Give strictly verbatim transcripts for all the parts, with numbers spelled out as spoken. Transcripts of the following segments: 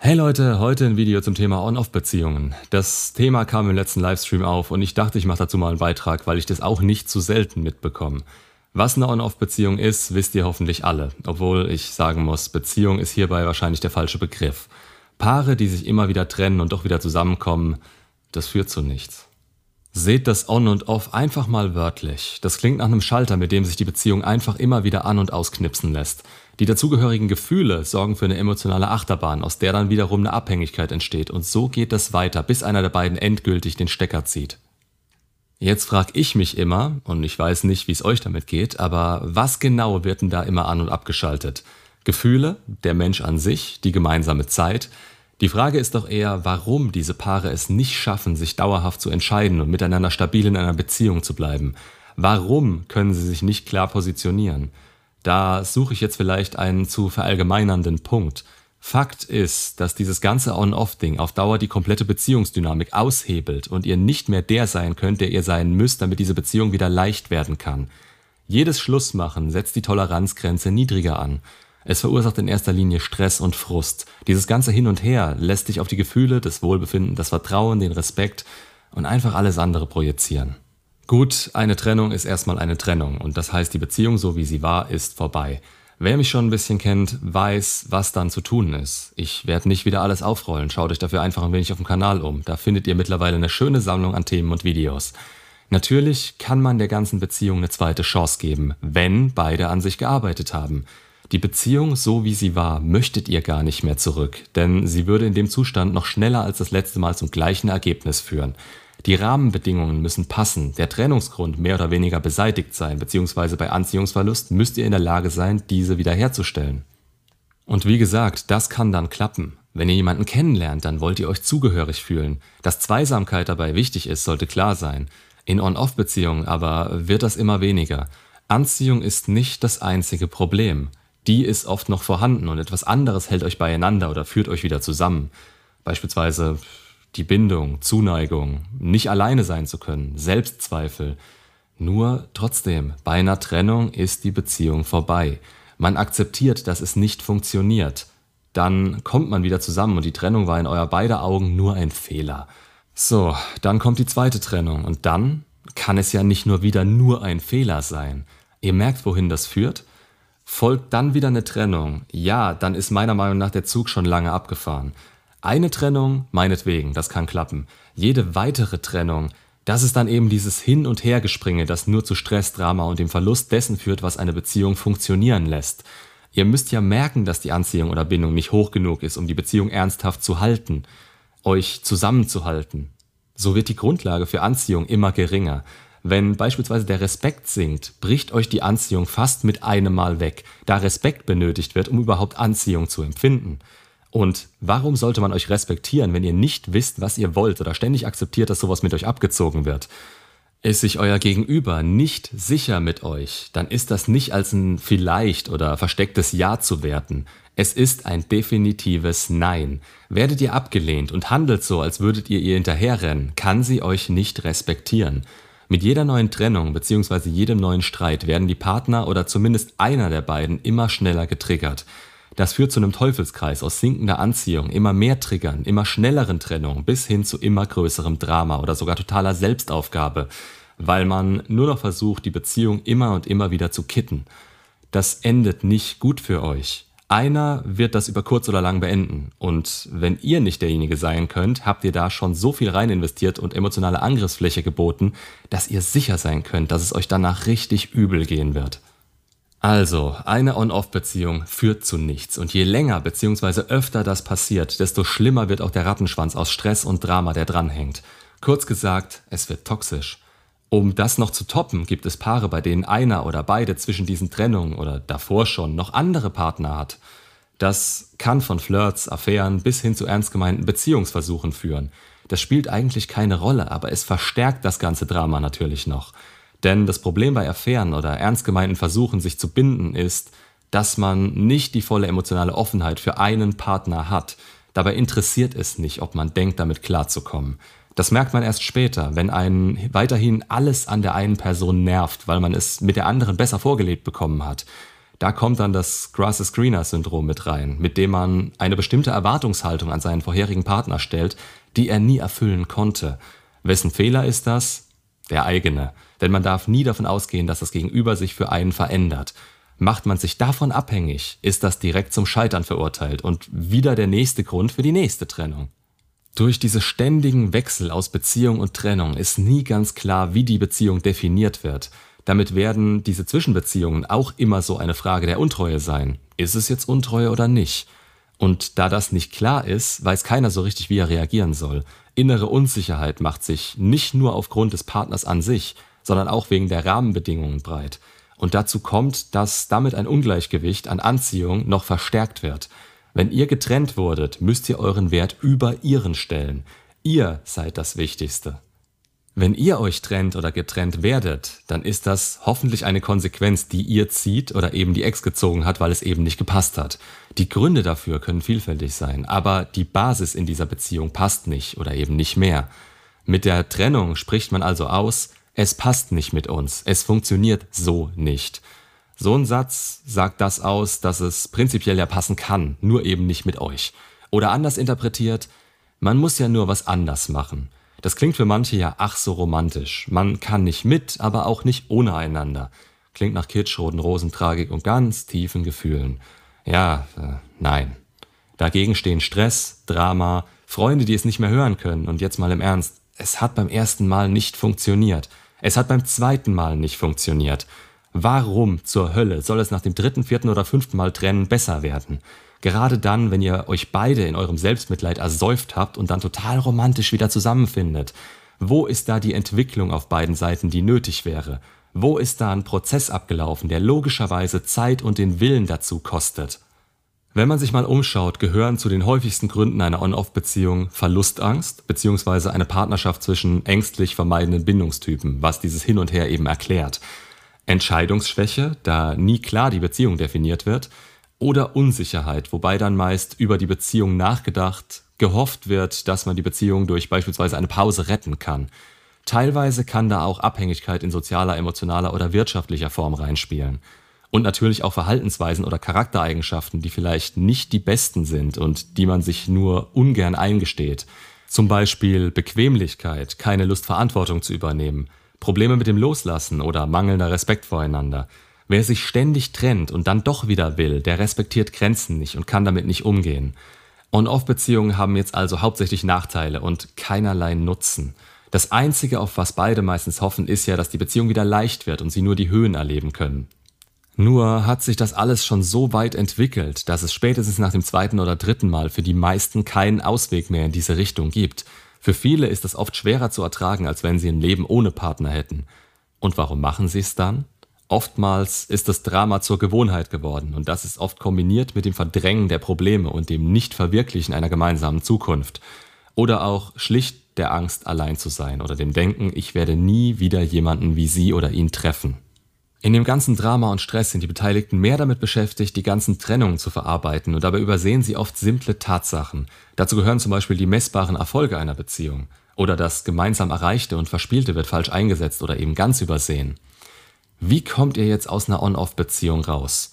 Hey Leute, heute ein Video zum Thema On-Off-Beziehungen. Das Thema kam im letzten Livestream auf und ich dachte, ich mache dazu mal einen Beitrag, weil ich das auch nicht zu selten mitbekomme. Was eine On-Off-Beziehung ist, wisst ihr hoffentlich alle. Obwohl ich sagen muss, Beziehung ist hierbei wahrscheinlich der falsche Begriff. Paare, die sich immer wieder trennen und doch wieder zusammenkommen, das führt zu nichts. Seht das On und Off einfach mal wörtlich. Das klingt nach einem Schalter, mit dem sich die Beziehung einfach immer wieder an- und ausknipsen lässt. Die dazugehörigen Gefühle sorgen für eine emotionale Achterbahn, aus der dann wiederum eine Abhängigkeit entsteht. Und so geht das weiter, bis einer der beiden endgültig den Stecker zieht. Jetzt frage ich mich immer, und ich weiß nicht, wie es euch damit geht, aber was genau wird denn da immer an- und abgeschaltet? Gefühle, der Mensch an sich, die gemeinsame Zeit? Die Frage ist doch eher, warum diese Paare es nicht schaffen, sich dauerhaft zu entscheiden und miteinander stabil in einer Beziehung zu bleiben. Warum können sie sich nicht klar positionieren? Da suche ich jetzt vielleicht einen zu verallgemeinernden Punkt. Fakt ist, dass dieses ganze On-Off-Ding auf Dauer die komplette Beziehungsdynamik aushebelt und ihr nicht mehr der sein könnt, der ihr sein müsst, damit diese Beziehung wieder leicht werden kann. Jedes Schlussmachen setzt die Toleranzgrenze niedriger an. Es verursacht in erster Linie Stress und Frust. Dieses ganze Hin und Her lässt dich auf die Gefühle, das Wohlbefinden, das Vertrauen, den Respekt und einfach alles andere projizieren. Gut, eine Trennung ist erstmal eine Trennung und das heißt, die Beziehung, so wie sie war, ist vorbei. Wer mich schon ein bisschen kennt, weiß, was dann zu tun ist. Ich werde nicht wieder alles aufrollen, schaut euch dafür einfach ein wenig auf dem Kanal um. Da findet ihr mittlerweile eine schöne Sammlung an Themen und Videos. Natürlich kann man der ganzen Beziehung eine zweite Chance geben, wenn beide an sich gearbeitet haben. Die Beziehung, so wie sie war, möchtet ihr gar nicht mehr zurück, denn sie würde in dem Zustand noch schneller als das letzte Mal zum gleichen Ergebnis führen. Die Rahmenbedingungen müssen passen, der Trennungsgrund mehr oder weniger beseitigt sein, beziehungsweise bei Anziehungsverlust müsst ihr in der Lage sein, diese wiederherzustellen. Und wie gesagt, das kann dann klappen. Wenn ihr jemanden kennenlernt, dann wollt ihr euch zugehörig fühlen. Dass Zweisamkeit dabei wichtig ist, sollte klar sein. In On-Off-Beziehungen aber wird das immer weniger. Anziehung ist nicht das einzige Problem. Die ist oft noch vorhanden und etwas anderes hält euch beieinander oder führt euch wieder zusammen. Beispielsweise die Bindung, Zuneigung, nicht alleine sein zu können, Selbstzweifel. Nur trotzdem, bei einer Trennung ist die Beziehung vorbei. Man akzeptiert, dass es nicht funktioniert. Dann kommt man wieder zusammen und die Trennung war in euer beider Augen nur ein Fehler. So, dann kommt die zweite Trennung und dann kann es ja nicht nur wieder nur ein Fehler sein. Ihr merkt, wohin das führt? Folgt dann wieder eine Trennung, ja, dann ist meiner Meinung nach der Zug schon lange abgefahren. Eine Trennung, meinetwegen, das kann klappen. Jede weitere Trennung, das ist dann eben dieses Hin- und Hergespringe, das nur zu Stress, Drama und dem Verlust dessen führt, was eine Beziehung funktionieren lässt. Ihr müsst ja merken, dass die Anziehung oder Bindung nicht hoch genug ist, um die Beziehung ernsthaft zu halten, euch zusammenzuhalten. So wird die Grundlage für Anziehung immer geringer. Wenn beispielsweise der Respekt sinkt, bricht euch die Anziehung fast mit einem Mal weg, da Respekt benötigt wird, um überhaupt Anziehung zu empfinden. Und warum sollte man euch respektieren, wenn ihr nicht wisst, was ihr wollt oder ständig akzeptiert, dass sowas mit euch abgezogen wird? Ist sich euer Gegenüber nicht sicher mit euch, dann ist das nicht als ein vielleicht oder verstecktes Ja zu werten. Es ist ein definitives Nein. Werdet ihr abgelehnt und handelt so, als würdet ihr ihr hinterherrennen, kann sie euch nicht respektieren. Mit jeder neuen Trennung bzw. jedem neuen Streit werden die Partner oder zumindest einer der beiden immer schneller getriggert. Das führt zu einem Teufelskreis aus sinkender Anziehung, immer mehr Triggern, immer schnelleren Trennungen bis hin zu immer größerem Drama oder sogar totaler Selbstaufgabe, weil man nur noch versucht, die Beziehung immer und immer wieder zu kitten. Das endet nicht gut für euch. Einer wird das über kurz oder lang beenden und wenn ihr nicht derjenige sein könnt, habt ihr da schon so viel rein investiert und emotionale Angriffsfläche geboten, dass ihr sicher sein könnt, dass es euch danach richtig übel gehen wird. Also, eine On-Off-Beziehung führt zu nichts und je länger bzw. öfter das passiert, desto schlimmer wird auch der Rattenschwanz aus Stress und Drama, der dranhängt. Kurz gesagt, es wird toxisch. Um das noch zu toppen, gibt es Paare, bei denen einer oder beide zwischen diesen Trennungen oder davor schon noch andere Partner hat. Das kann von Flirts, Affären bis hin zu ernst gemeinten Beziehungsversuchen führen. Das spielt eigentlich keine Rolle, aber es verstärkt das ganze Drama natürlich noch. Denn das Problem bei Affären oder ernst gemeinten Versuchen, sich zu binden, ist, dass man nicht die volle emotionale Offenheit für einen Partner hat. Dabei interessiert es nicht, ob man denkt, damit klarzukommen. Das merkt man erst später, wenn einen weiterhin alles an der einen Person nervt, weil man es mit der anderen besser vorgelebt bekommen hat. Da kommt dann das Grasses-Greener-Syndrom mit rein, mit dem man eine bestimmte Erwartungshaltung an seinen vorherigen Partner stellt, die er nie erfüllen konnte. Wessen Fehler ist das? Der eigene. Denn man darf nie davon ausgehen, dass das Gegenüber sich für einen verändert. Macht man sich davon abhängig, ist das direkt zum Scheitern verurteilt und wieder der nächste Grund für die nächste Trennung. Durch diese ständigen Wechsel aus Beziehung und Trennung ist nie ganz klar, wie die Beziehung definiert wird. Damit werden diese Zwischenbeziehungen auch immer so eine Frage der Untreue sein. Ist es jetzt Untreue oder nicht? Und da das nicht klar ist, weiß keiner so richtig, wie er reagieren soll. Innere Unsicherheit macht sich nicht nur aufgrund des Partners an sich, sondern auch wegen der Rahmenbedingungen breit. Und dazu kommt, dass damit ein Ungleichgewicht an Anziehung noch verstärkt wird. Wenn ihr getrennt wurdet, müsst ihr euren Wert über ihren stellen. Ihr seid das Wichtigste. Wenn ihr euch trennt oder getrennt werdet, dann ist das hoffentlich eine Konsequenz, die ihr zieht oder eben die Ex gezogen hat, weil es eben nicht gepasst hat. Die Gründe dafür können vielfältig sein, aber die Basis in dieser Beziehung passt nicht oder eben nicht mehr. Mit der Trennung spricht man also aus: Es passt nicht mit uns, es funktioniert so nicht. So ein Satz sagt das aus, dass es prinzipiell ja passen kann, nur eben nicht mit euch. Oder anders interpretiert: Man muss ja nur was anders machen. Das klingt für manche ja ach so romantisch. Man kann nicht mit, aber auch nicht ohne einander. Klingt nach Kitsch, roten Rosen, Tragik und ganz tiefen Gefühlen. Ja, äh, nein. Dagegen stehen Stress, Drama, Freunde, die es nicht mehr hören können. Und jetzt mal im Ernst: Es hat beim ersten Mal nicht funktioniert. Es hat beim zweiten Mal nicht funktioniert. Warum zur Hölle soll es nach dem dritten, vierten oder fünften Mal trennen besser werden? Gerade dann, wenn ihr euch beide in eurem Selbstmitleid ersäuft habt und dann total romantisch wieder zusammenfindet. Wo ist da die Entwicklung auf beiden Seiten, die nötig wäre? Wo ist da ein Prozess abgelaufen, der logischerweise Zeit und den Willen dazu kostet? Wenn man sich mal umschaut, gehören zu den häufigsten Gründen einer On-Off-Beziehung Verlustangst bzw. eine Partnerschaft zwischen ängstlich vermeidenden Bindungstypen, was dieses Hin und Her eben erklärt. Entscheidungsschwäche, da nie klar die Beziehung definiert wird, oder Unsicherheit, wobei dann meist über die Beziehung nachgedacht, gehofft wird, dass man die Beziehung durch beispielsweise eine Pause retten kann. Teilweise kann da auch Abhängigkeit in sozialer, emotionaler oder wirtschaftlicher Form reinspielen. Und natürlich auch Verhaltensweisen oder Charaktereigenschaften, die vielleicht nicht die besten sind und die man sich nur ungern eingesteht. Zum Beispiel Bequemlichkeit, keine Lust, Verantwortung zu übernehmen, Probleme mit dem Loslassen oder mangelnder Respekt voreinander. Wer sich ständig trennt und dann doch wieder will, der respektiert Grenzen nicht und kann damit nicht umgehen. On-Off-Beziehungen haben jetzt also hauptsächlich Nachteile und keinerlei Nutzen. Das Einzige, auf was beide meistens hoffen, ist ja, dass die Beziehung wieder leicht wird und sie nur die Höhen erleben können. Nur hat sich das alles schon so weit entwickelt, dass es spätestens nach dem zweiten oder dritten Mal für die meisten keinen Ausweg mehr in diese Richtung gibt. Für viele ist es oft schwerer zu ertragen, als wenn sie ein Leben ohne Partner hätten. Und warum machen sie es dann? Oftmals ist das Drama zur Gewohnheit geworden und das ist oft kombiniert mit dem Verdrängen der Probleme und dem Nichtverwirklichen einer gemeinsamen Zukunft. Oder auch schlicht der Angst, allein zu sein oder dem Denken, ich werde nie wieder jemanden wie sie oder ihn treffen. In dem ganzen Drama und Stress sind die Beteiligten mehr damit beschäftigt, die ganzen Trennungen zu verarbeiten und dabei übersehen sie oft simple Tatsachen. Dazu gehören zum Beispiel die messbaren Erfolge einer Beziehung oder das gemeinsam Erreichte und Verspielte wird falsch eingesetzt oder eben ganz übersehen. Wie kommt ihr jetzt aus einer On-Off-Beziehung raus?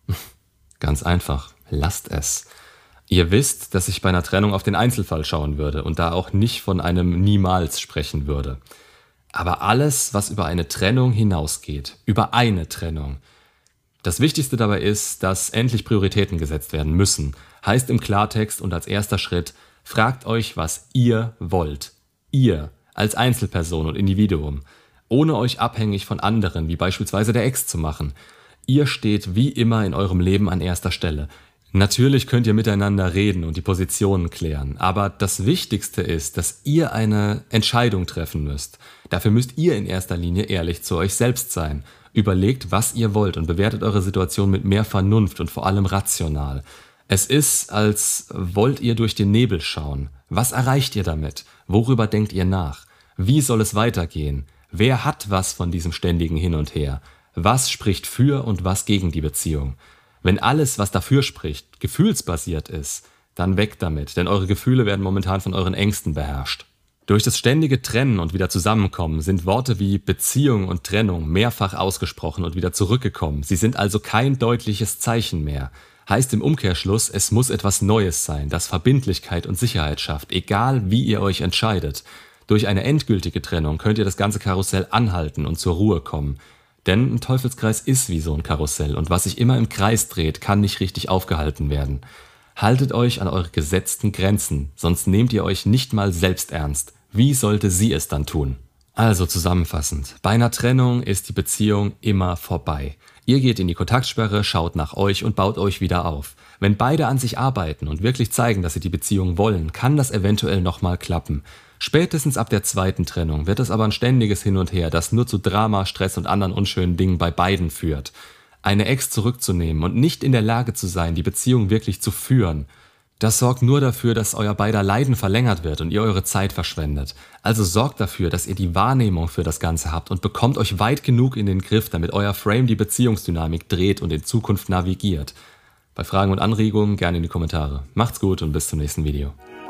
Ganz einfach, lasst es. Ihr wisst, dass ich bei einer Trennung auf den Einzelfall schauen würde und da auch nicht von einem Niemals sprechen würde. Aber alles, was über eine Trennung hinausgeht, über eine Trennung. Das Wichtigste dabei ist, dass endlich Prioritäten gesetzt werden müssen. Heißt im Klartext und als erster Schritt, fragt euch, was ihr wollt. Ihr als Einzelperson und Individuum. Ohne euch abhängig von anderen, wie beispielsweise der Ex zu machen. Ihr steht wie immer in eurem Leben an erster Stelle. Natürlich könnt ihr miteinander reden und die Positionen klären, aber das Wichtigste ist, dass ihr eine Entscheidung treffen müsst. Dafür müsst ihr in erster Linie ehrlich zu euch selbst sein. Überlegt, was ihr wollt und bewertet eure Situation mit mehr Vernunft und vor allem rational. Es ist, als wollt ihr durch den Nebel schauen. Was erreicht ihr damit? Worüber denkt ihr nach? Wie soll es weitergehen? Wer hat was von diesem ständigen Hin und Her? Was spricht für und was gegen die Beziehung? Wenn alles, was dafür spricht, gefühlsbasiert ist, dann weg damit, denn eure Gefühle werden momentan von euren Ängsten beherrscht. Durch das ständige Trennen und wieder Zusammenkommen sind Worte wie Beziehung und Trennung mehrfach ausgesprochen und wieder zurückgekommen. Sie sind also kein deutliches Zeichen mehr. Heißt im Umkehrschluss, es muss etwas Neues sein, das Verbindlichkeit und Sicherheit schafft, egal wie ihr euch entscheidet. Durch eine endgültige Trennung könnt ihr das ganze Karussell anhalten und zur Ruhe kommen. Denn ein Teufelskreis ist wie so ein Karussell und was sich immer im Kreis dreht, kann nicht richtig aufgehalten werden. Haltet euch an eure gesetzten Grenzen, sonst nehmt ihr euch nicht mal selbst ernst. Wie sollte sie es dann tun? Also zusammenfassend, bei einer Trennung ist die Beziehung immer vorbei. Ihr geht in die Kontaktsperre, schaut nach euch und baut euch wieder auf. Wenn beide an sich arbeiten und wirklich zeigen, dass sie die Beziehung wollen, kann das eventuell nochmal klappen. Spätestens ab der zweiten Trennung wird es aber ein ständiges Hin und Her, das nur zu Drama, Stress und anderen unschönen Dingen bei beiden führt. Eine Ex zurückzunehmen und nicht in der Lage zu sein, die Beziehung wirklich zu führen, das sorgt nur dafür, dass euer beider Leiden verlängert wird und ihr eure Zeit verschwendet. Also sorgt dafür, dass ihr die Wahrnehmung für das Ganze habt und bekommt euch weit genug in den Griff, damit euer Frame die Beziehungsdynamik dreht und in Zukunft navigiert. Bei Fragen und Anregungen gerne in die Kommentare. Macht's gut und bis zum nächsten Video.